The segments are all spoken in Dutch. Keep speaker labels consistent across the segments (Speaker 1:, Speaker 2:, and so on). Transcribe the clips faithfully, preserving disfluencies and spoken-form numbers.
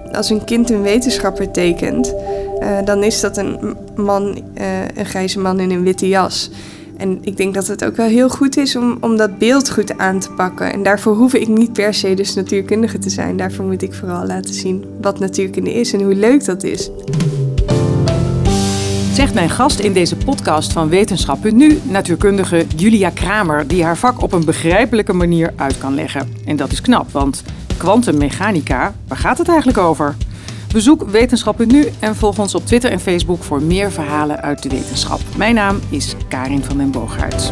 Speaker 1: als een kind een wetenschapper tekent, uh, dan is dat een man, uh, een grijze man in een witte jas. En ik denk dat het ook wel heel goed is om, om dat beeld goed aan te pakken. En daarvoor hoef ik niet per se dus natuurkundige te zijn. Daarvoor moet ik vooral laten zien wat natuurkunde is en hoe leuk dat is.
Speaker 2: Zegt mijn gast in deze podcast van Wetenschap punt nu, natuurkundige Julia Kramer, die haar vak op een begrijpelijke manier uit kan leggen. En dat is knap, want kwantummechanica, waar gaat het eigenlijk over? Bezoek Wetenschap punt nu en volg ons op Twitter en Facebook voor meer verhalen uit de wetenschap. Mijn naam is Karin van den Boogaerts.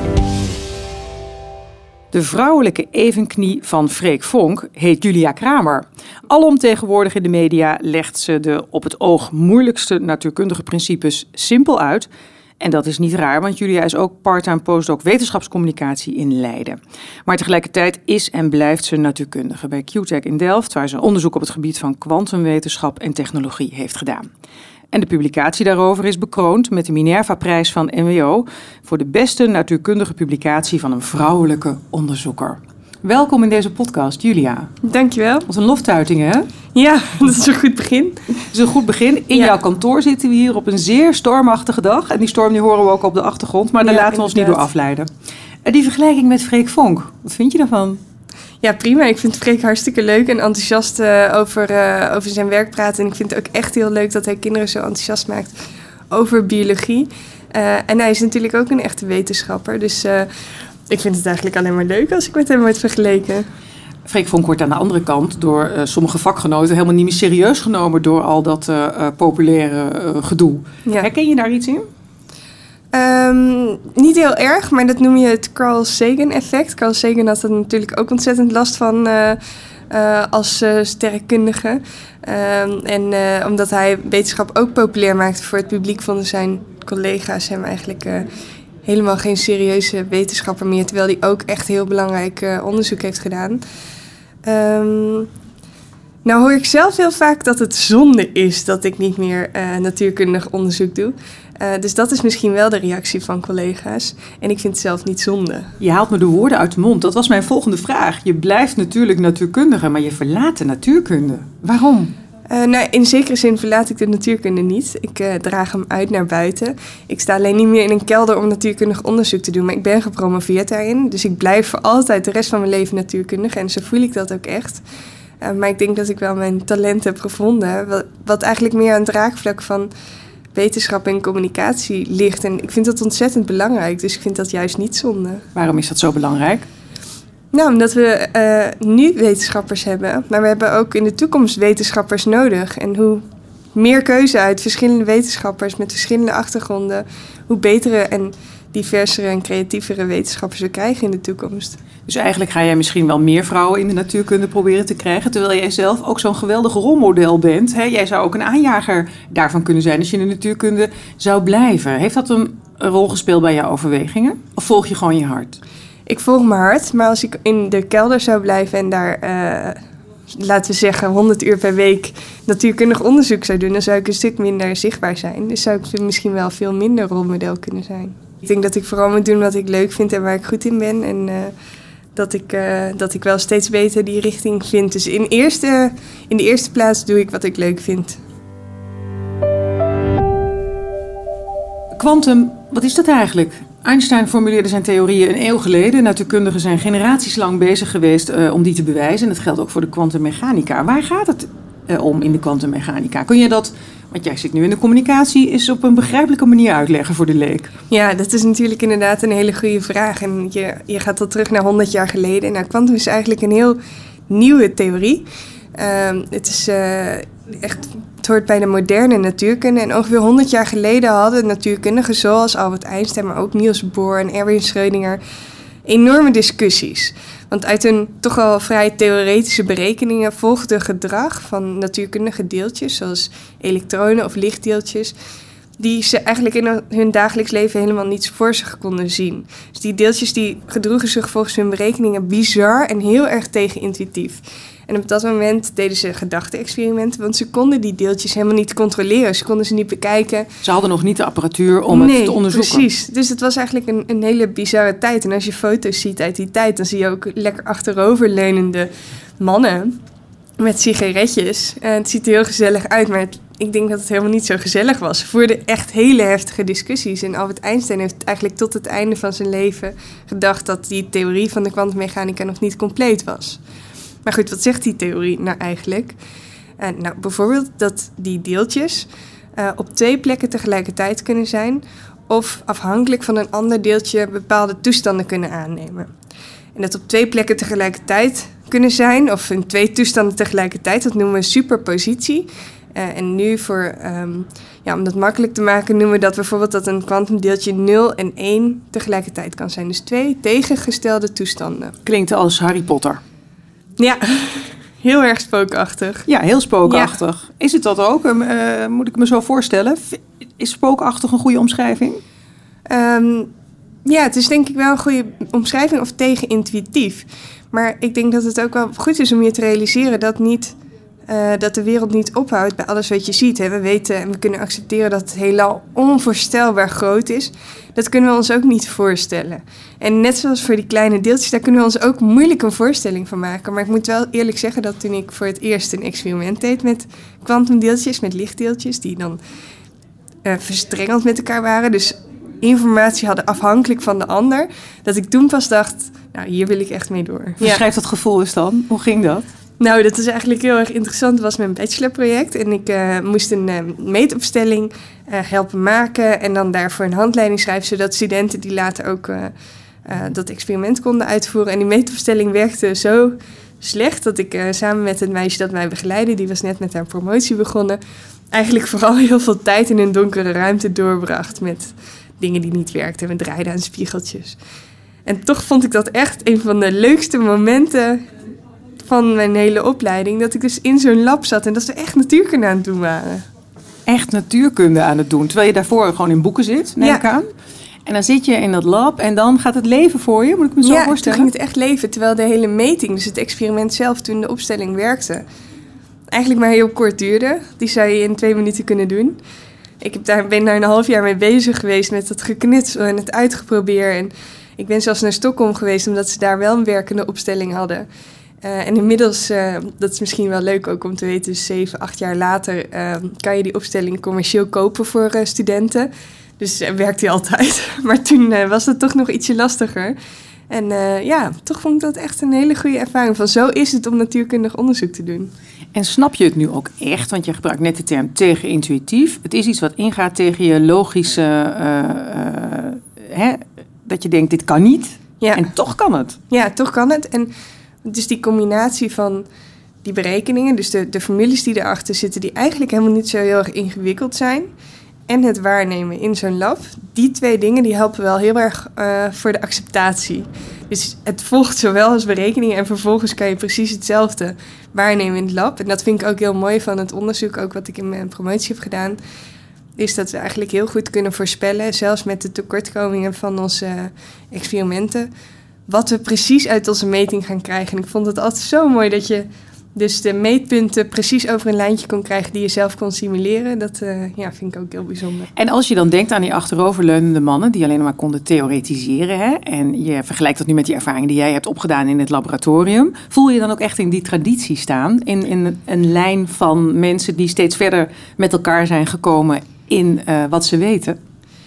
Speaker 2: De vrouwelijke evenknie van Freek Vonk heet Julia Kramer. Alom tegenwoordig in de media legt ze de op het oog moeilijkste natuurkundige principes simpel uit. En dat is niet raar, want Julia is ook part-time postdoc wetenschapscommunicatie in Leiden. Maar tegelijkertijd is en blijft ze natuurkundige bij Q Tech in Delft, waar ze onderzoek op het gebied van kwantumwetenschap en technologie heeft gedaan. En de publicatie daarover is bekroond met de Minerva-prijs van N W O voor de beste natuurkundige publicatie van een vrouwelijke onderzoeker. Welkom in deze podcast, Julia.
Speaker 1: Dankjewel.
Speaker 2: Wat een loftuiting, hè?
Speaker 1: Ja, dat is een goed begin.
Speaker 2: Dat is een goed begin. In ja. jouw kantoor zitten we hier op een zeer stormachtige dag. En die storm die horen we ook op de achtergrond, maar daar ja, laten we ons niet door afleiden. En die vergelijking met Freek Vonk, wat vind je daarvan?
Speaker 1: Ja, prima. Ik vind Freek hartstikke leuk en enthousiast uh, over, uh, over zijn werk praten. En ik vind het ook echt heel leuk dat hij kinderen zo enthousiast maakt over biologie. Uh, en hij is natuurlijk ook een echte wetenschapper, dus Uh, ik vind het eigenlijk alleen maar leuk als ik met hem word vergeleken.
Speaker 2: Freek Vonk wordt aan de andere kant door uh, sommige vakgenoten helemaal niet meer serieus genomen door al dat uh, uh, populaire uh, gedoe. Ja. Herken je daar iets in?
Speaker 1: Um, niet heel erg, maar dat noem je het Carl Sagan effect. Carl Sagan had er natuurlijk ook ontzettend last van uh, uh, als uh, sterrenkundige. Um, en uh, omdat hij wetenschap ook populair maakte voor het publiek, vonden zijn collega's hem eigenlijk Uh, helemaal geen serieuze wetenschapper meer, terwijl hij ook echt heel belangrijk uh, onderzoek heeft gedaan. Um, nou hoor ik zelf heel vaak dat het zonde is dat ik niet meer uh, natuurkundig onderzoek doe. Uh, dus dat is misschien wel de reactie van collega's. En ik vind het zelf niet zonde.
Speaker 2: Je haalt me de woorden uit de mond. Dat was mijn volgende vraag. Je blijft natuurlijk natuurkundige, maar je verlaat de natuurkunde. Waarom?
Speaker 1: Uh, nou, in zekere zin verlaat ik de natuurkunde niet. Ik uh, draag hem uit naar buiten. Ik sta alleen niet meer in een kelder om natuurkundig onderzoek te doen, maar ik ben gepromoveerd daarin. Dus ik blijf voor altijd de rest van mijn leven natuurkundige en zo voel ik dat ook echt. Uh, maar ik denk dat ik wel mijn talent heb gevonden, wat, wat eigenlijk meer aan het raakvlak van wetenschap en communicatie ligt. En ik vind dat ontzettend belangrijk, dus ik vind dat juist niet zonde.
Speaker 2: Waarom is dat zo belangrijk?
Speaker 1: Nou, omdat we uh, nu wetenschappers hebben, maar we hebben ook in de toekomst wetenschappers nodig. En hoe meer keuze uit verschillende wetenschappers met verschillende achtergronden, hoe betere en diversere en creatievere wetenschappers we krijgen in de toekomst.
Speaker 2: Dus eigenlijk ga jij misschien wel meer vrouwen in de natuurkunde proberen te krijgen, terwijl jij zelf ook zo'n geweldig rolmodel bent. Hè? Jij zou ook een aanjager daarvan kunnen zijn als je in de natuurkunde zou blijven. Heeft dat een rol gespeeld bij jouw overwegingen? Of volg je gewoon je hart?
Speaker 1: Ik volg mijn hart, maar als ik in de kelder zou blijven en daar, uh, laten we zeggen, honderd uur per week natuurkundig onderzoek zou doen, dan zou ik een stuk minder zichtbaar zijn. Dus zou ik misschien wel veel minder rolmodel kunnen zijn. Ik denk dat ik vooral moet doen wat ik leuk vind en waar ik goed in ben. En uh, dat, ik, uh, dat ik wel steeds beter die richting vind. Dus in, eerste, in de eerste plaats doe ik wat ik leuk vind.
Speaker 2: Quantum, wat is dat eigenlijk? Einstein formuleerde zijn theorieën een eeuw geleden. Natuurkundigen zijn generaties lang bezig geweest uh, om die te bewijzen. En dat geldt ook voor de kwantummechanica. Waar gaat het uh, om in de kwantummechanica? Kun je dat, want jij zit nu in de communicatie, is op een begrijpelijke manier uitleggen voor de leek?
Speaker 1: Ja, dat is natuurlijk inderdaad een hele goede vraag. En je, je gaat al terug naar honderd jaar geleden. Nou, kwantum is eigenlijk een heel nieuwe theorie. Uh, het is uh, echt... Het hoort bij de moderne natuurkunde. En ongeveer honderd jaar geleden hadden natuurkundigen zoals Albert Einstein, maar ook Niels Bohr en Erwin Schrödinger enorme discussies. Want uit hun toch wel vrij theoretische berekeningen volgde gedrag van natuurkundige deeltjes, zoals elektronen of lichtdeeltjes, die ze eigenlijk in hun dagelijks leven helemaal niets voor zich konden zien. Dus die deeltjes die gedroegen zich volgens hun berekeningen bizar en heel erg tegenintuïtief. En op dat moment deden ze gedachte-experimenten, want ze konden die deeltjes helemaal niet controleren. Ze konden ze niet bekijken.
Speaker 2: Ze hadden nog niet de apparatuur om
Speaker 1: nee,
Speaker 2: het te onderzoeken.
Speaker 1: Precies. Dus het was eigenlijk een, een hele bizarre tijd. En als je foto's ziet uit die tijd, dan zie je ook lekker achteroverleunende mannen met sigaretjes. Uh, het ziet er heel gezellig uit, maar het, ik denk dat het helemaal niet zo gezellig was. Ze voerden echt hele heftige discussies. En Albert Einstein heeft eigenlijk tot het einde van zijn leven gedacht dat die theorie van de kwantummechanica nog niet compleet was. Maar goed, wat zegt die theorie nou eigenlijk? Uh, nou, bijvoorbeeld dat die deeltjes uh, op twee plekken tegelijkertijd kunnen zijn, of afhankelijk van een ander deeltje bepaalde toestanden kunnen aannemen. En dat op twee plekken tegelijkertijd kunnen zijn, of in twee toestanden tegelijkertijd, dat noemen we superpositie. Uh, en nu, voor, um, ja, om dat makkelijk te maken, noemen we dat bijvoorbeeld dat een kwantumdeeltje nul en één tegelijkertijd kan zijn. Dus twee tegengestelde toestanden.
Speaker 2: Klinkt als Harry Potter.
Speaker 1: Ja, heel erg spookachtig.
Speaker 2: Ja, heel spookachtig. Ja. Is het dat ook? Uh, moet ik me zo voorstellen? Is spookachtig een goede omschrijving?
Speaker 1: Um, ja, het is denk ik wel een goede omschrijving, of tegenintuïtief. Maar ik denk dat het ook wel goed is om je te realiseren dat, niet, uh, dat de wereld niet ophoudt bij alles wat je ziet. Hè. We weten en we kunnen accepteren dat het heelal onvoorstelbaar groot is. Dat kunnen we ons ook niet voorstellen. En net zoals voor die kleine deeltjes, daar kunnen we ons ook moeilijk een voorstelling van maken. Maar ik moet wel eerlijk zeggen dat toen ik voor het eerst een experiment deed met kwantumdeeltjes, met lichtdeeltjes, die dan uh, verstrengeld met elkaar waren, dus informatie hadden afhankelijk van de ander, dat ik toen pas dacht, nou, hier wil ik echt mee door.
Speaker 2: Beschrijf ja. dat gevoel eens dan. Hoe ging dat?
Speaker 1: Nou, dat is eigenlijk heel erg interessant. Het was mijn bachelorproject en ik uh, moest een uh, meetopstelling uh, helpen maken en dan daarvoor een handleiding schrijven, zodat studenten die later ook uh, uh, dat experiment konden uitvoeren. En die meetopstelling werkte zo slecht dat ik uh, samen met het meisje dat mij begeleidde, die was net met haar promotie begonnen, eigenlijk vooral heel veel tijd in een donkere ruimte doorbracht met dingen die niet werkten. We draaiden aan spiegeltjes. En toch vond ik dat echt een van de leukste momenten van mijn hele opleiding. Dat ik dus in zo'n lab zat en dat ze echt natuurkunde aan het doen waren.
Speaker 2: Echt natuurkunde aan het doen? Terwijl je daarvoor gewoon in boeken zit, neem ik aan. En dan zit je in dat lab en dan gaat het leven voor je? Moet ik me zo
Speaker 1: ja,
Speaker 2: voorstellen?
Speaker 1: Ja, toen ging het echt leven. Terwijl de hele meting, dus het experiment zelf, toen de opstelling werkte, eigenlijk maar heel kort duurde. Die zou je in twee minuten kunnen doen. Ik heb daar, ben daar een half jaar mee bezig geweest met het geknutsel en het uitgeprobeerd. En ik ben zelfs naar Stockholm geweest, omdat ze daar wel een werkende opstelling hadden. Uh, en inmiddels, uh, dat is misschien wel leuk ook om te weten, dus zeven, acht jaar later uh, kan je die opstelling commercieel kopen voor uh, studenten. Dus uh, werkt die altijd. Maar toen uh, was het toch nog ietsje lastiger. En uh, ja, toch vond ik dat echt een hele goede ervaring. Van zo is het om natuurkundig onderzoek te doen.
Speaker 2: En snap je het nu ook echt? Want je gebruikt net de term tegenintuïtief. Het is iets wat ingaat tegen je logische, uh, uh, hè, dat je denkt, dit kan niet. Ja. En toch kan het.
Speaker 1: Ja, toch kan het. En dus die combinatie van die berekeningen, dus de, de formules die erachter zitten, die eigenlijk helemaal niet zo heel erg ingewikkeld zijn, en het waarnemen in zo'n lab, die twee dingen die helpen wel heel erg uh, voor de acceptatie. Dus het volgt zowel als berekeningen en vervolgens kan je precies hetzelfde waarnemen in het lab. En dat vind ik ook heel mooi van het onderzoek, ook wat ik in mijn promotie heb gedaan, is dat we eigenlijk heel goed kunnen voorspellen, zelfs met de tekortkomingen van onze uh, experimenten, wat we precies uit onze meting gaan krijgen. En ik vond het altijd zo mooi dat je dus de meetpunten precies over een lijntje kon krijgen die je zelf kon simuleren. Dat uh, ja, vind ik ook heel bijzonder.
Speaker 2: En als je dan denkt aan die achteroverleunende mannen die alleen maar konden theoretiseren, hè, en je vergelijkt dat nu met die ervaring die jij hebt opgedaan in het laboratorium, voel je dan ook echt in die traditie staan? In, in een lijn van mensen die steeds verder met elkaar zijn gekomen in uh, wat ze weten?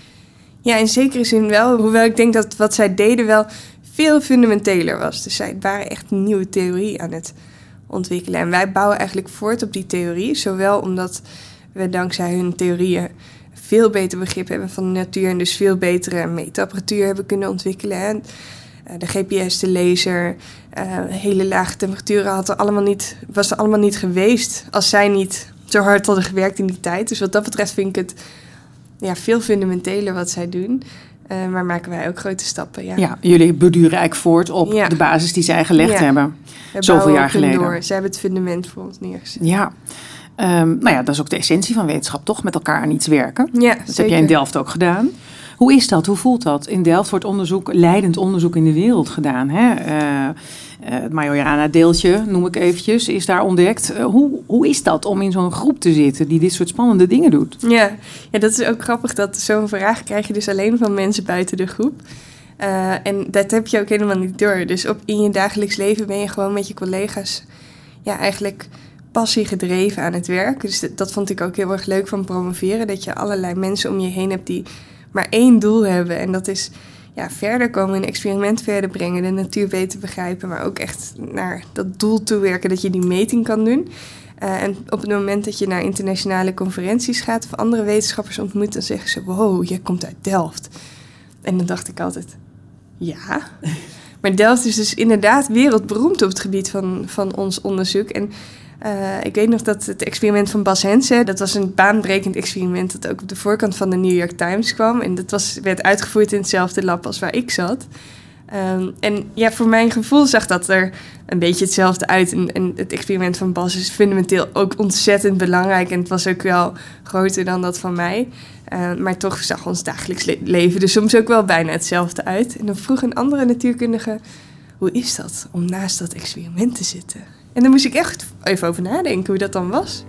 Speaker 1: Ja, in zekere zin wel. Hoewel ik denk dat wat zij deden wel veel fundamenteler was. Dus zij waren echt een nieuwe theorie aan het ontwikkelen. En wij bouwen eigenlijk voort op die theorie. Zowel omdat we dankzij hun theorieën veel beter begrip hebben van de natuur en dus veel betere meetapparatuur hebben kunnen ontwikkelen. En de G P S, de laser, uh, hele lage temperaturen had er allemaal niet, was er allemaal niet geweest als zij niet zo hard hadden gewerkt in die tijd. Dus wat dat betreft vind ik het ja, veel fundamenteler wat zij doen. Uh, maar maken wij ook grote stappen, ja.
Speaker 2: Ja, jullie beduren eigenlijk voort op ja. de basis die zij gelegd ja. hebben.
Speaker 1: We
Speaker 2: zoveel jaar geleden.
Speaker 1: Door. Zij hebben het fundament voor ons neergezet.
Speaker 2: Ja. Um, nou ja, dat is ook de essentie van wetenschap, toch? Met elkaar aan iets werken.
Speaker 1: Ja,
Speaker 2: dat
Speaker 1: zeker.
Speaker 2: heb jij in Delft ook gedaan. Hoe is dat? Hoe voelt dat? In Delft wordt onderzoek, leidend onderzoek in de wereld gedaan. Hè? Uh, uh, het Majorana-deeltje, noem ik eventjes, is daar ontdekt. Uh, hoe, hoe is dat om in zo'n groep te zitten die dit soort spannende dingen doet?
Speaker 1: Ja, ja, dat is ook grappig. Dat zo'n vraag krijg je dus alleen van mensen buiten de groep. Uh, en dat heb je ook helemaal niet door. Dus op, in je dagelijks leven ben je gewoon met je collega's ja, eigenlijk passie gedreven aan het werk. Dus dat, dat vond ik ook heel erg leuk van promoveren. Dat je allerlei mensen om je heen hebt die maar één doel hebben. En dat is ja, verder komen, een experiment verder brengen, de natuur beter begrijpen, maar ook echt naar dat doel toe werken, dat je die meting kan doen. Uh, en op het moment dat je naar internationale conferenties gaat of andere wetenschappers ontmoet, dan zeggen ze, wow, jij komt uit Delft. En dan dacht ik altijd, ja. Maar Delft is dus inderdaad wereldberoemd op het gebied van, van ons onderzoek. En uh, ik weet nog dat het experiment van Bas Hense, dat was een baanbrekend experiment dat ook op de voorkant van de New York Times kwam. En dat was, werd uitgevoerd in hetzelfde lab als waar ik zat. Um, en ja, voor mijn gevoel zag dat er een beetje hetzelfde uit. En, en het experiment van Bas is fundamenteel ook ontzettend belangrijk. En het was ook wel groter dan dat van mij. Uh, maar toch zag ons dagelijks le- leven er soms ook wel bijna hetzelfde uit. En dan vroeg een andere natuurkundige, hoe is dat om naast dat experiment te zitten? En dan moest ik echt even over nadenken hoe dat dan was.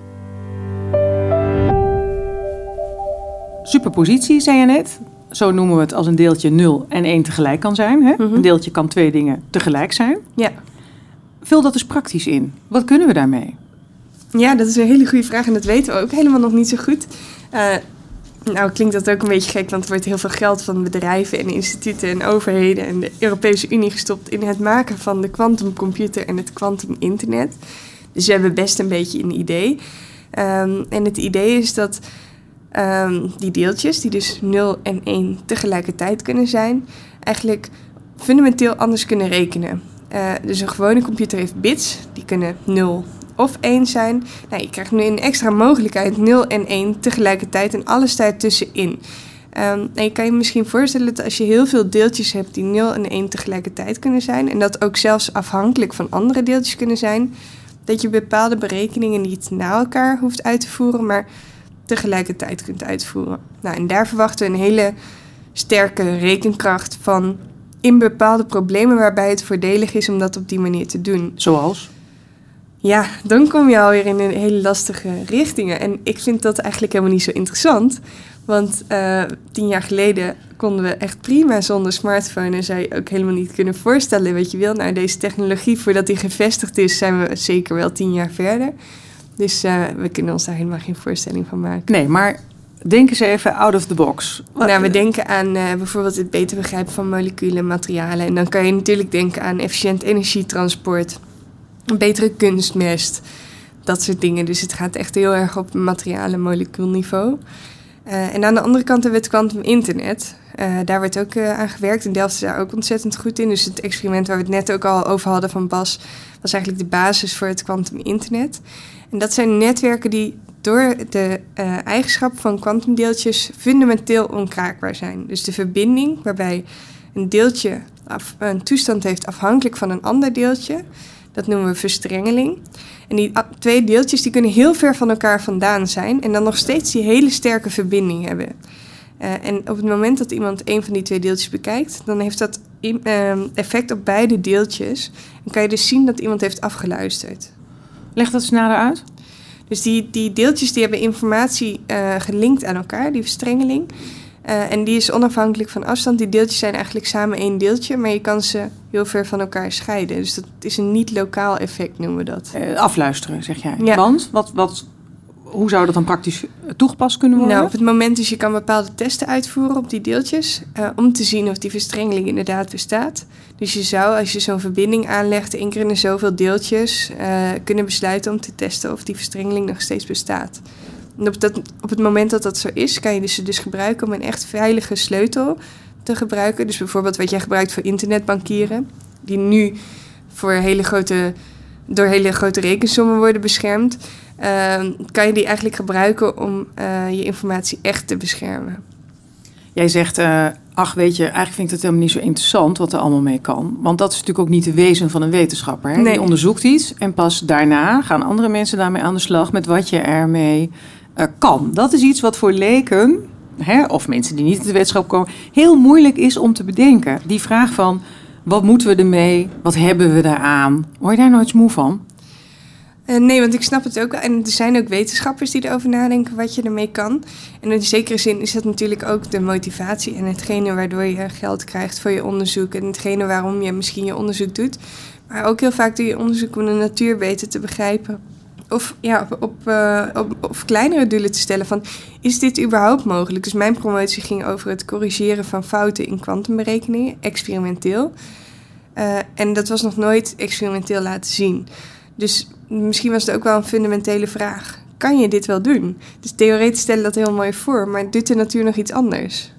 Speaker 2: Superpositie, zei je net. Zo noemen we het als een deeltje nul en één tegelijk kan zijn. Hè? Mm-hmm. Een deeltje kan twee dingen tegelijk zijn.
Speaker 1: Ja.
Speaker 2: Vul dat eens praktisch in. Wat kunnen we daarmee?
Speaker 1: Ja, dat is een hele goede vraag en dat weten we ook helemaal nog niet zo goed. Uh, nou klinkt dat ook een beetje gek, want er wordt heel veel geld van bedrijven en instituten en overheden en de Europese Unie gestopt in het maken van de kwantumcomputer en het kwantuminternet. Dus we hebben best een beetje een idee. Um, en het idee is dat Um, die deeltjes, die dus nul en één tegelijkertijd kunnen zijn, eigenlijk fundamenteel anders kunnen rekenen. Uh, dus een gewone computer heeft bits, die kunnen nul of één zijn. Nou, je krijgt nu een extra mogelijkheid, nul en één tegelijkertijd en alles daartussenin. Um, en je kan je misschien voorstellen dat als je heel veel deeltjes hebt die nul en één tegelijkertijd kunnen zijn, en dat ook zelfs afhankelijk van andere deeltjes kunnen zijn, dat je bepaalde berekeningen niet na elkaar hoeft uit te voeren, maar tegelijkertijd kunt uitvoeren. Nou, en daar verwachten we een hele sterke rekenkracht van in bepaalde problemen waarbij het voordelig is om dat op die manier te doen.
Speaker 2: Zoals?
Speaker 1: Ja, dan kom je alweer in een hele lastige richtingen. En ik vind dat eigenlijk helemaal niet zo interessant. Want uh, tien jaar geleden konden we echt prima zonder smartphone en zou je ook helemaal niet kunnen voorstellen wat je wil. Nou, deze technologie, voordat die gevestigd is, zijn we zeker wel tien jaar verder. Dus uh, we kunnen ons daar helemaal geen voorstelling van maken.
Speaker 2: Nee, maar denk eens even out of the box. Wat?
Speaker 1: Nou, we denken aan uh, bijvoorbeeld het beter begrijpen van moleculen en materialen. En dan kan je natuurlijk denken aan efficiënt energietransport, een betere kunstmest, dat soort dingen. Dus het gaat echt heel erg op materiaal- en molecuulniveau. Uh, en aan de andere kant hebben we het kwantuminternet. Uh, daar werd ook uh, aan gewerkt. En Delft is daar ook ontzettend goed in. Dus het experiment waar we het net ook al over hadden van Bas, was eigenlijk de basis voor het kwantuminternet. En dat zijn netwerken die door de uh, eigenschap van kwantumdeeltjes fundamenteel onkraakbaar zijn. Dus de verbinding waarbij een deeltje af, een toestand heeft afhankelijk van een ander deeltje, dat noemen we verstrengeling. En die twee deeltjes die kunnen heel ver van elkaar vandaan zijn en dan nog steeds die hele sterke verbinding hebben. Uh, en op het moment dat iemand een van die twee deeltjes bekijkt, dan heeft dat in, uh, effect op beide deeltjes. En kan je dus zien dat iemand heeft afgeluisterd.
Speaker 2: Leg dat eens nader uit.
Speaker 1: Dus die, die deeltjes die hebben informatie uh, gelinkt aan elkaar, die verstrengeling. Uh, en die is onafhankelijk van afstand. Die deeltjes zijn eigenlijk samen één deeltje, maar je kan ze heel ver van elkaar scheiden. Dus dat is een niet-lokaal effect, noemen we dat.
Speaker 2: Uh, afluisteren, zeg jij.
Speaker 1: Ja.
Speaker 2: Want, wat, wat, hoe zou dat dan praktisch toegepast kunnen worden?
Speaker 1: Nou, op het moment dus je kan bepaalde testen uitvoeren op die deeltjes, uh, om te zien of die verstrengeling inderdaad bestaat. Dus je zou, als je zo'n verbinding aanlegt, één keer in de zoveel deeltjes, uh, kunnen besluiten om te testen of die verstrengeling nog steeds bestaat. En op, dat, op het moment dat dat zo is, kan je dus, dus gebruiken om een echt veilige sleutel te gebruiken. Dus bijvoorbeeld wat jij gebruikt voor internetbankieren, die nu voor hele grote, door hele grote rekensommen worden beschermd, uh, kan je die eigenlijk gebruiken om uh, je informatie echt te beschermen.
Speaker 2: Jij zegt, uh, ach weet je, eigenlijk vind ik het helemaal niet zo interessant wat er allemaal mee kan. Want dat is natuurlijk ook niet de wezen van een wetenschapper. Hè?
Speaker 1: Nee.
Speaker 2: Die onderzoekt iets en pas daarna gaan andere mensen daarmee aan de slag met wat je ermee uh, kan. Dat is iets wat voor leken, hè, of mensen die niet uit de wetenschap komen, heel moeilijk is om te bedenken. Die vraag van, wat moeten we ermee? Wat hebben we daaraan? Hoor je daar nooit moe van?
Speaker 1: Uh, nee, want ik snap het ook wel. En er zijn ook wetenschappers die erover nadenken wat je ermee kan. En in zekere zin is dat natuurlijk ook de motivatie en hetgene waardoor je geld krijgt voor je onderzoek en hetgene waarom je misschien je onderzoek doet. Maar ook heel vaak doe je onderzoek om de natuur beter te begrijpen. Of, ja, op, op, uh, op, of kleinere doelen te stellen van, is dit überhaupt mogelijk? Dus mijn promotie ging over het corrigeren van fouten in kwantumberekeningen, experimenteel. Uh, en dat was nog nooit experimenteel laten zien. Dus misschien was het ook wel een fundamentele vraag. Kan je dit wel doen? Dus theoretisch stellen dat heel mooi voor, maar doet de natuur nog iets anders?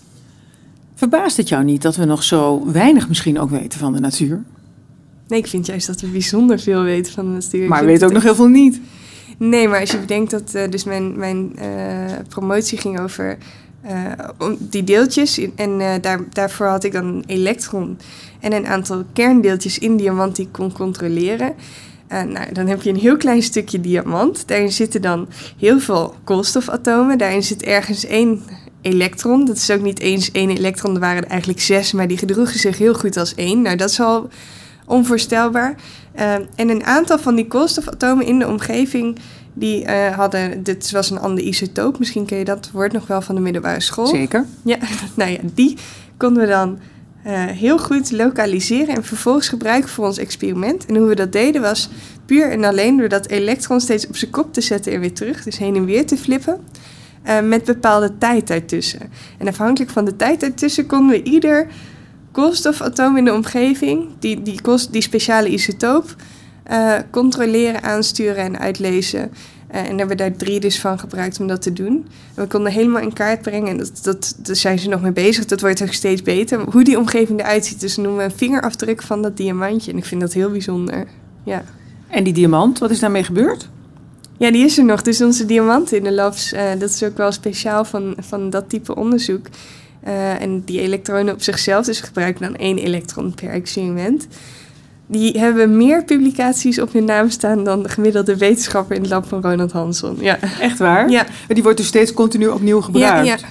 Speaker 2: Verbaast het jou niet dat we nog zo weinig misschien ook weten van de natuur?
Speaker 1: Nee, ik vind juist dat we bijzonder veel weten van de natuur.
Speaker 2: Maar we weten ook nog heel veel niet.
Speaker 1: Nee, maar als je bedenkt dat uh, dus mijn, mijn uh, promotie ging over uh, die deeltjes. En uh, daar, daarvoor had ik dan een elektron en een aantal kerndeeltjes in diamant die ik kon controleren. Uh, nou, dan heb je een heel klein stukje diamant. Daarin zitten dan heel veel koolstofatomen. Daarin zit ergens één elektron. Dat is ook niet eens één elektron, er waren er eigenlijk zes, maar die gedroegen zich heel goed als één. Nou, dat is al onvoorstelbaar. Uh, en een aantal van die koolstofatomen in de omgeving, die uh, hadden, dit was een ander isotoop, misschien ken je dat woord nog wel van de middelbare school.
Speaker 2: Zeker.
Speaker 1: Ja, nou ja, die konden we dan uh, heel goed lokaliseren en vervolgens gebruiken voor ons experiment. En hoe we dat deden was puur en alleen door dat elektron steeds op zijn kop te zetten en weer terug, dus heen en weer te flippen. Uh, met bepaalde tijd daartussen. En afhankelijk van de tijd daartussen konden we ieder koolstofatoom in de omgeving, die, die, kost, die speciale isotoop, uh, controleren, aansturen en uitlezen. Uh, en hebben we daar drie dus van gebruikt om dat te doen. En we konden helemaal in kaart brengen, en dat, dat, daar zijn ze nog mee bezig, dat wordt ook steeds beter, hoe die omgeving eruit ziet. Dus dan noemen we een vingerafdruk van dat diamantje. En ik vind dat heel bijzonder. Ja.
Speaker 2: En die diamant, wat is daarmee gebeurd?
Speaker 1: Ja, die is er nog. Dus onze diamanten in de labs, uh, dat is ook wel speciaal van, van dat type onderzoek. Uh, en die elektronen op zichzelf, dus we gebruiken dan één elektron per experiment. Die hebben meer publicaties op hun naam staan dan de gemiddelde wetenschapper in het lab van Ronald Hansson. Ja.
Speaker 2: Echt waar?
Speaker 1: Ja.
Speaker 2: Die wordt dus steeds continu opnieuw gebruikt.
Speaker 1: Ja, ja.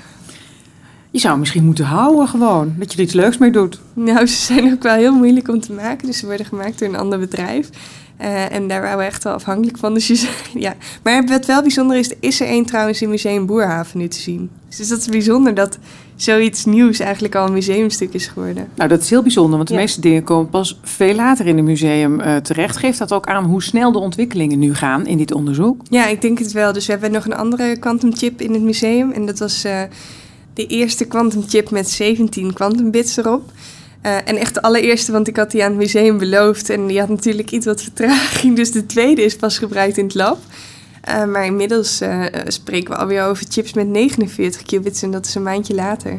Speaker 2: Je zou misschien moeten houden gewoon, dat je er iets leuks mee doet.
Speaker 1: Nou, ze zijn ook wel heel moeilijk om te maken, dus ze worden gemaakt door een ander bedrijf. Uh, en daar waren we echt wel afhankelijk van. Dus je, ja. Maar wat wel bijzonder is, is er één trouwens in Museum Boerhaven nu te zien. Dus dat is bijzonder dat zoiets nieuws eigenlijk al een museumstuk is geworden.
Speaker 2: Nou, dat is heel bijzonder, want de
Speaker 1: ja.
Speaker 2: meeste dingen komen pas veel later in het museum uh, terecht. Geeft dat ook aan hoe snel de ontwikkelingen nu gaan in dit onderzoek?
Speaker 1: Ja, ik denk het wel. Dus we hebben nog een andere quantumchip in het museum. En dat was uh, de eerste quantumchip met zeventien quantumbits erop. Uh, en echt de allereerste, want ik had die aan het museum beloofd. En die had natuurlijk iets wat vertraging. Dus de tweede is pas gebruikt in het lab. Uh, maar inmiddels uh, spreken we alweer over chips met negenenveertig qubits. En dat is een maandje later.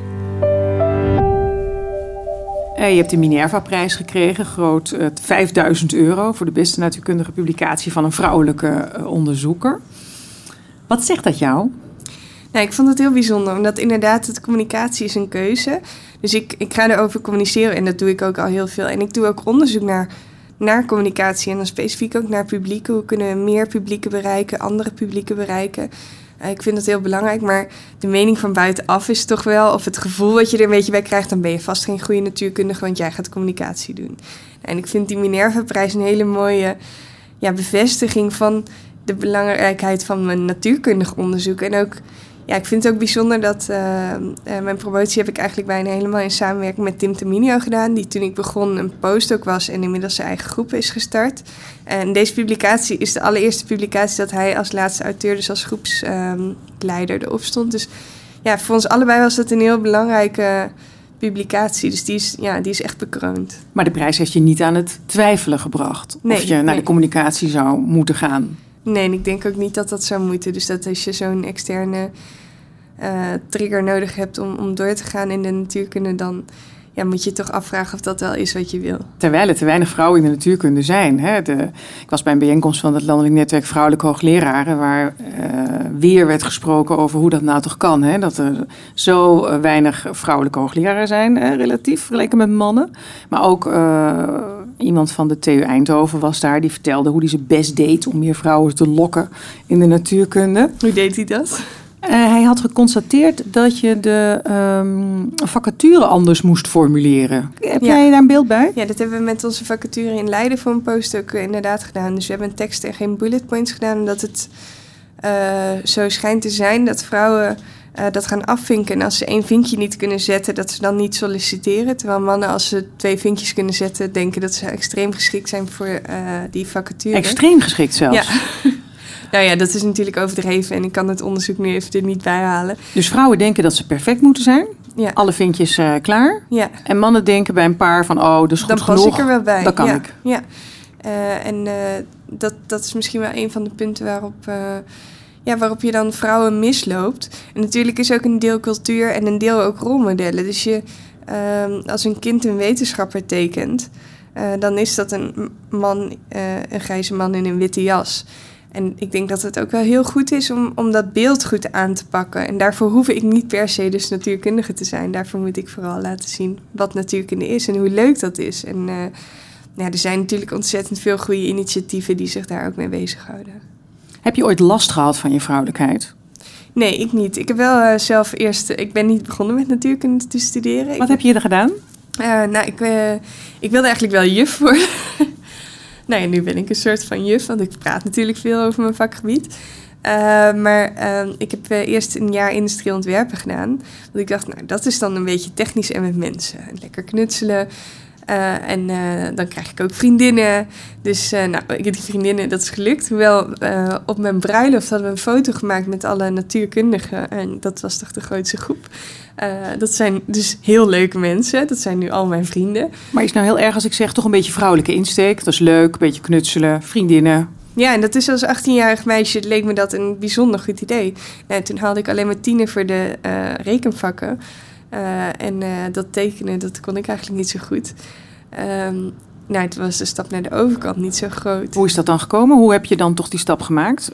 Speaker 2: Uh, je hebt de Minerva-prijs gekregen. Groot uh, vijfduizend euro voor de beste natuurkundige publicatie van een vrouwelijke uh, onderzoeker. Wat zegt dat jou?
Speaker 1: Nou, ik vond het heel bijzonder, omdat inderdaad het communicatie is een keuze. Dus ik, ik ga erover communiceren en dat doe ik ook al heel veel. En ik doe ook onderzoek naar, naar communicatie en dan specifiek ook naar publieken. Hoe kunnen we meer publieken bereiken, andere publieken bereiken? Uh, ik vind dat heel belangrijk, maar de mening van buitenaf is toch wel, of het gevoel wat je er een beetje bij krijgt, dan ben je vast geen goede natuurkundige, want jij gaat communicatie doen. En ik vind die Minerva-prijs een hele mooie ja, bevestiging van de belangrijkheid van mijn natuurkundig onderzoek. En ook, ja, ik vind het ook bijzonder dat uh, uh, mijn promotie heb ik eigenlijk bijna helemaal in samenwerking met Tim Terminio gedaan, die toen ik begon een postdoc was en inmiddels zijn eigen groep is gestart. En deze publicatie is de allereerste publicatie dat hij als laatste auteur, dus als groepsleider, erop stond. Dus ja, voor ons allebei was dat een heel belangrijke publicatie. Dus die is, ja, die is echt bekroond.
Speaker 2: Maar de prijs heeft je niet aan het twijfelen gebracht?
Speaker 1: Nee,
Speaker 2: of je naar
Speaker 1: nee.
Speaker 2: de communicatie zou moeten gaan?
Speaker 1: Nee, en ik denk ook niet dat dat zou moeten. Dus dat als je zo'n externe uh, trigger nodig hebt om, om door te gaan in de natuurkunde, dan ja, moet je toch afvragen of dat wel is wat je wil.
Speaker 2: Terwijl er te weinig vrouwen in de natuurkunde zijn. Hè? De, ik was bij een bijeenkomst van het Landelijk Netwerk Vrouwelijke Hoogleraren, waar uh, weer werd gesproken over hoe dat nou toch kan. Hè? Dat er zo weinig vrouwelijke hoogleraren zijn, hè? Relatief vergeleken met mannen. Maar ook uh, iemand van de T U Eindhoven was daar, die vertelde hoe hij zijn best deed om meer vrouwen te lokken in de natuurkunde.
Speaker 1: Hoe deed hij dat?
Speaker 2: Uh, hij had geconstateerd dat je de um, vacature anders moest formuleren. Heb
Speaker 1: Ja.
Speaker 2: jij daar een beeld bij?
Speaker 1: Ja, dat hebben we met onze vacature in Leiden voor een postdoc inderdaad gedaan. Dus we hebben een tekst en geen bullet points gedaan, omdat het uh, zo schijnt te zijn dat vrouwen uh, dat gaan afvinken. En als ze één vinkje niet kunnen zetten, dat ze dan niet solliciteren. Terwijl mannen, als ze twee vinkjes kunnen zetten, denken dat ze extreem geschikt zijn voor uh, die vacature.
Speaker 2: Extreem geschikt zelfs?
Speaker 1: Ja. Nou ja, dat is natuurlijk overdreven en ik kan het onderzoek nu even er niet bij halen.
Speaker 2: Dus vrouwen denken dat ze perfect moeten zijn?
Speaker 1: Ja.
Speaker 2: Alle vinkjes uh, klaar?
Speaker 1: Ja.
Speaker 2: En mannen denken bij een paar van, oh, dat is goed
Speaker 1: dan
Speaker 2: genoeg.
Speaker 1: Dan pas ik er wel bij.
Speaker 2: Dat kan
Speaker 1: ja.
Speaker 2: ik.
Speaker 1: Ja. Uh, en uh, dat, dat is misschien wel een van de punten waarop, uh, ja, waarop je dan vrouwen misloopt. En natuurlijk is ook een deel cultuur en een deel ook rolmodellen. Dus je, uh, als een kind een wetenschapper tekent, uh, dan is dat een man, uh, een grijze man in een witte jas. En ik denk dat het ook wel heel goed is om, om dat beeld goed aan te pakken. En daarvoor hoef ik niet per se dus natuurkundige te zijn. Daarvoor moet ik vooral laten zien wat natuurkunde is en hoe leuk dat is. En uh, ja, er zijn natuurlijk ontzettend veel goede initiatieven die zich daar ook mee bezighouden.
Speaker 2: Heb je ooit last gehad van je vrouwelijkheid?
Speaker 1: Nee, ik niet. Ik heb wel uh, zelf eerst... Ik ben niet begonnen met natuurkunde te studeren.
Speaker 2: Wat
Speaker 1: ik,
Speaker 2: heb je er gedaan?
Speaker 1: Uh, nou, ik, uh, ik wilde eigenlijk wel juf worden. Nou ja, nu ben ik een soort van juf, want ik praat natuurlijk veel over mijn vakgebied. Uh, maar uh, ik heb uh, eerst een jaar industrieel ontwerpen gedaan. Want ik dacht, nou, dat is dan een beetje technisch en met mensen. Lekker knutselen. Uh, en uh, dan krijg ik ook vriendinnen. Dus uh, nou, ik heb die vriendinnen, dat is gelukt. Hoewel uh, op mijn bruiloft hadden we een foto gemaakt met alle natuurkundigen. En dat was toch de grootste groep. Uh, dat zijn dus heel leuke mensen. Dat zijn nu al mijn vrienden.
Speaker 2: Maar is het nou heel erg als ik zeg toch een beetje vrouwelijke insteek? Dat is leuk, een beetje knutselen, vriendinnen.
Speaker 1: Ja, en dat is als achttienjarig meisje, leek me dat een bijzonder goed idee. Nou, toen haalde ik alleen maar tienen voor de uh, rekenvakken. Uh, en uh, dat tekenen, dat kon ik eigenlijk niet zo goed. Um, nou, toen was de stap naar de overkant niet zo groot.
Speaker 2: Hoe is dat dan gekomen? Hoe heb je dan toch die stap gemaakt?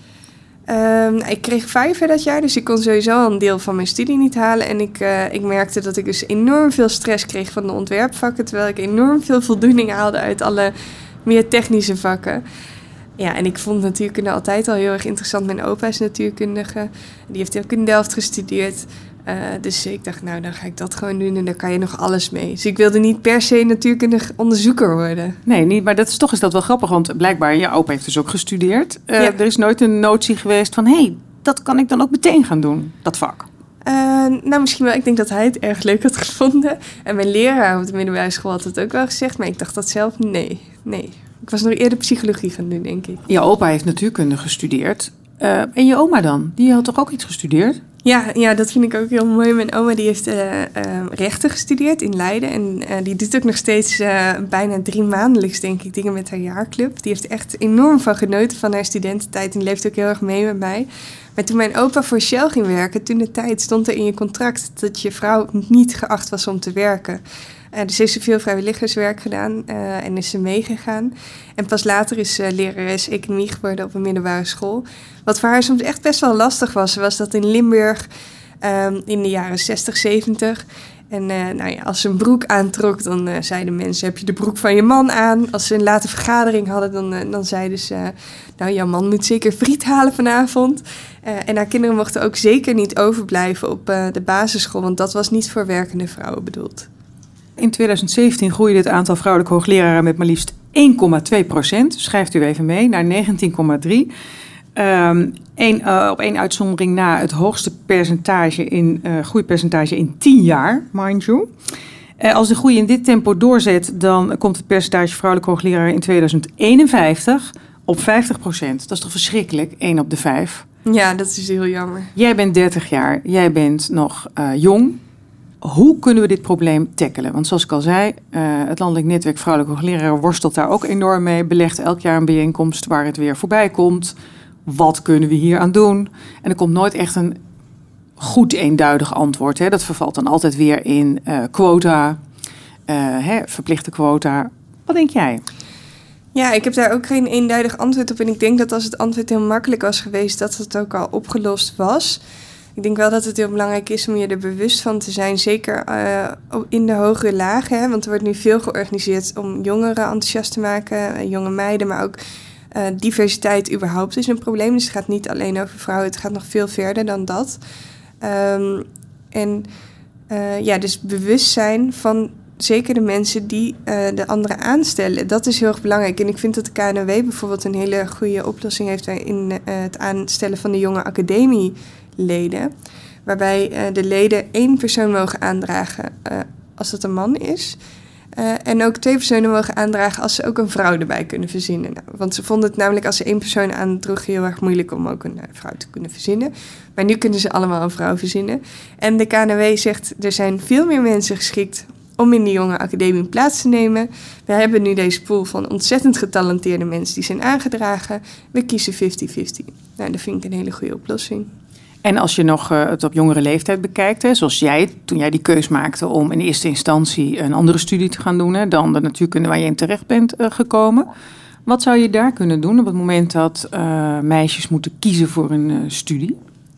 Speaker 1: Um, ik kreeg vijver dat jaar, dus ik kon sowieso al een deel van mijn studie niet halen. En ik, uh, ik merkte dat ik dus enorm veel stress kreeg van de ontwerpvakken, terwijl ik enorm veel voldoening haalde uit alle meer technische vakken. Ja, en ik vond natuurkunde altijd al heel erg interessant. Mijn opa is natuurkundige, die heeft ook in Delft gestudeerd. Uh, dus ik dacht, nou, dan ga ik dat gewoon doen en daar kan je nog alles mee. Dus ik wilde niet per se natuurkundig onderzoeker worden.
Speaker 2: Nee, niet, maar dat is, toch is dat wel grappig, want blijkbaar, je opa heeft dus ook gestudeerd. Uh, ja. Er is nooit een notie geweest van, hé, hey, dat kan ik dan ook meteen gaan doen, dat vak.
Speaker 1: Uh, nou, misschien wel. Ik denk dat hij het erg leuk had gevonden. En mijn leraar op de middelbare school had het ook wel gezegd, maar ik dacht dat zelf, nee, nee. Ik was nog eerder psychologie gaan doen, denk ik.
Speaker 2: Je opa heeft natuurkunde gestudeerd. Uh, en je oma dan? Die had toch ook iets gestudeerd?
Speaker 1: Ja, ja, dat vind ik ook heel mooi. Mijn oma die heeft uh, uh, rechten gestudeerd in Leiden. En uh, die doet ook nog steeds uh, bijna drie maandelijks, denk ik, dingen met haar jaarclub. Die heeft echt enorm van genoten van haar studententijd en leeft ook heel erg mee met mij. Maar toen mijn opa voor Shell ging werken, toen de tijd stond er in je contract dat je vrouw niet geacht was om te werken. Uh, dus heeft ze veel vrijwilligerswerk gedaan uh, en is ze meegegaan. En pas later is ze lerares economie geworden op een middelbare school. Wat voor haar soms echt best wel lastig was, was dat in Limburg um, in de jaren zestig, zeventig. En uh, nou ja, als ze een broek aantrok, dan uh, zeiden mensen, heb je de broek van je man aan? Als ze een late vergadering hadden, dan, uh, dan zeiden ze, uh, nou, jouw man moet zeker friet halen vanavond. Uh, en haar kinderen mochten ook zeker niet overblijven op uh, de basisschool, want dat was niet voor werkende vrouwen bedoeld.
Speaker 2: In twintig zeventien groeide het aantal vrouwelijke hoogleraren met maar liefst één komma twee procent. Schrijft u even mee, naar negentien komma drie. Um, een, uh, op één uitzondering na het hoogste percentage in, uh, groeipercentage in tien jaar, mind you. Uh, als de groei in dit tempo doorzet, dan komt het percentage vrouwelijke hoogleraren in tweeduizend eenenvijftig op vijftig procent. Dat is toch verschrikkelijk, één op de vijf.
Speaker 1: Ja, dat is heel jammer.
Speaker 2: Jij bent dertig jaar, jij bent nog uh, jong. Hoe kunnen we dit probleem tackelen? Want zoals ik al zei, uh, het Landelijk Netwerk Vrouwelijke Hoogleraren worstelt daar ook enorm mee. Belegt elk jaar een bijeenkomst waar het weer voorbij komt. Wat kunnen we hier aan doen? En er komt nooit echt een goed eenduidig antwoord. Hè? Dat vervalt dan altijd weer in uh, quota, uh, hè, verplichte quota. Wat denk jij?
Speaker 1: Ja, ik heb daar ook geen eenduidig antwoord op. En ik denk dat als het antwoord heel makkelijk was geweest, dat het ook al opgelost was. Ik denk wel dat het heel belangrijk is om je er bewust van te zijn. Zeker uh, in de hogere lagen. Hè? Want er wordt nu veel georganiseerd om jongeren enthousiast te maken. Jonge meiden, maar ook uh, diversiteit überhaupt is een probleem. Dus het gaat niet alleen over vrouwen. Het gaat nog veel verder dan dat. Um, en uh, ja, dus bewustzijn van zeker de mensen die uh, de anderen aanstellen. Dat is heel erg belangrijk. En ik vind dat de K N O W bijvoorbeeld een hele goede oplossing heeft in uh, het aanstellen van de jonge academieleden. Waarbij uh, de leden één persoon mogen aandragen uh, als het een man is. Uh, en ook twee personen mogen aandragen als ze ook een vrouw erbij kunnen verzinnen. Nou, want ze vonden het namelijk als ze één persoon aandroeg heel erg moeilijk om ook een uh, vrouw te kunnen verzinnen. Maar nu kunnen ze allemaal een vrouw verzinnen. En de K N O W zegt, er zijn veel meer mensen geschikt om in de jonge academie plaats te nemen. We hebben nu deze pool van ontzettend getalenteerde mensen die zijn aangedragen. We kiezen vijftig vijftig. Nou, dat vind ik een hele goede oplossing.
Speaker 2: En als je nog uh, het op jongere leeftijd bekijkt, hè, zoals jij, toen jij die keus maakte om in eerste instantie een andere studie te gaan doen, hè, dan de natuurkunde waar je in terecht bent uh, gekomen. Wat zou je daar kunnen doen op het moment dat uh, meisjes moeten kiezen voor een uh, studie?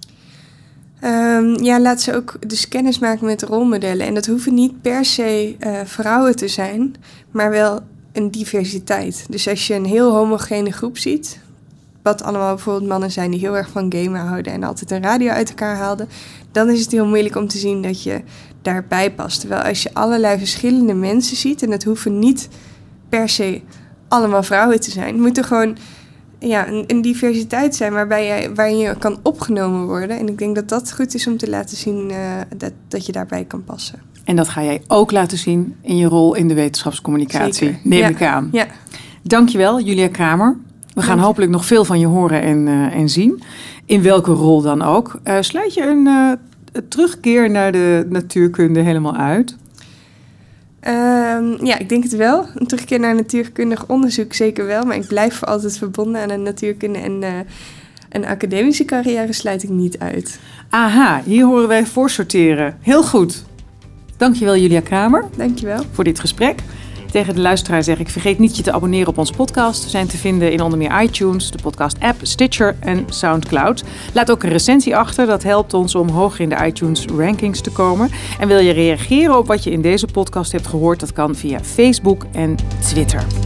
Speaker 1: Um, ja, laat ze ook dus kennis maken met rolmodellen. En dat hoeven niet per se uh, vrouwen te zijn, maar wel een diversiteit. Dus als je een heel homogene groep ziet, wat allemaal bijvoorbeeld mannen zijn die heel erg van gamen houden en altijd een radio uit elkaar haalden, dan is het heel moeilijk om te zien dat je daarbij past. Terwijl als je allerlei verschillende mensen ziet, en het hoeven niet per se allemaal vrouwen te zijn, het moet er gewoon ja, een, een diversiteit zijn waarbij je, waarin je kan opgenomen worden. En ik denk dat dat goed is om te laten zien uh, dat, dat je daarbij kan passen. En
Speaker 2: dat ga jij ook laten zien in je rol in de wetenschapscommunicatie,
Speaker 1: Zeker.
Speaker 2: neem
Speaker 1: ja.
Speaker 2: ik aan.
Speaker 1: Ja.
Speaker 2: Dankjewel, Julia Kramer. We gaan hopelijk nog veel van je horen en, uh, en zien. In welke rol dan ook. Uh, sluit je een uh, terugkeer naar de natuurkunde helemaal uit?
Speaker 1: Um, ja, ik denk het wel. Een terugkeer naar natuurkundig onderzoek zeker wel. Maar ik blijf voor altijd verbonden aan de natuurkunde. En uh, een academische carrière sluit ik niet uit.
Speaker 2: Aha, hier horen wij voor sorteren. Heel goed. Dankjewel, Julia Kramer.
Speaker 1: Dankjewel.
Speaker 2: Voor dit gesprek. Tegen de luisteraar zeg ik, vergeet niet je te abonneren op onze podcast. We zijn te vinden in onder meer iTunes, de podcast-app, Stitcher en Soundcloud. Laat ook een recensie achter, dat helpt ons om hoger in de iTunes rankings te komen. En wil je reageren op wat je in deze podcast hebt gehoord, dat kan via Facebook en Twitter.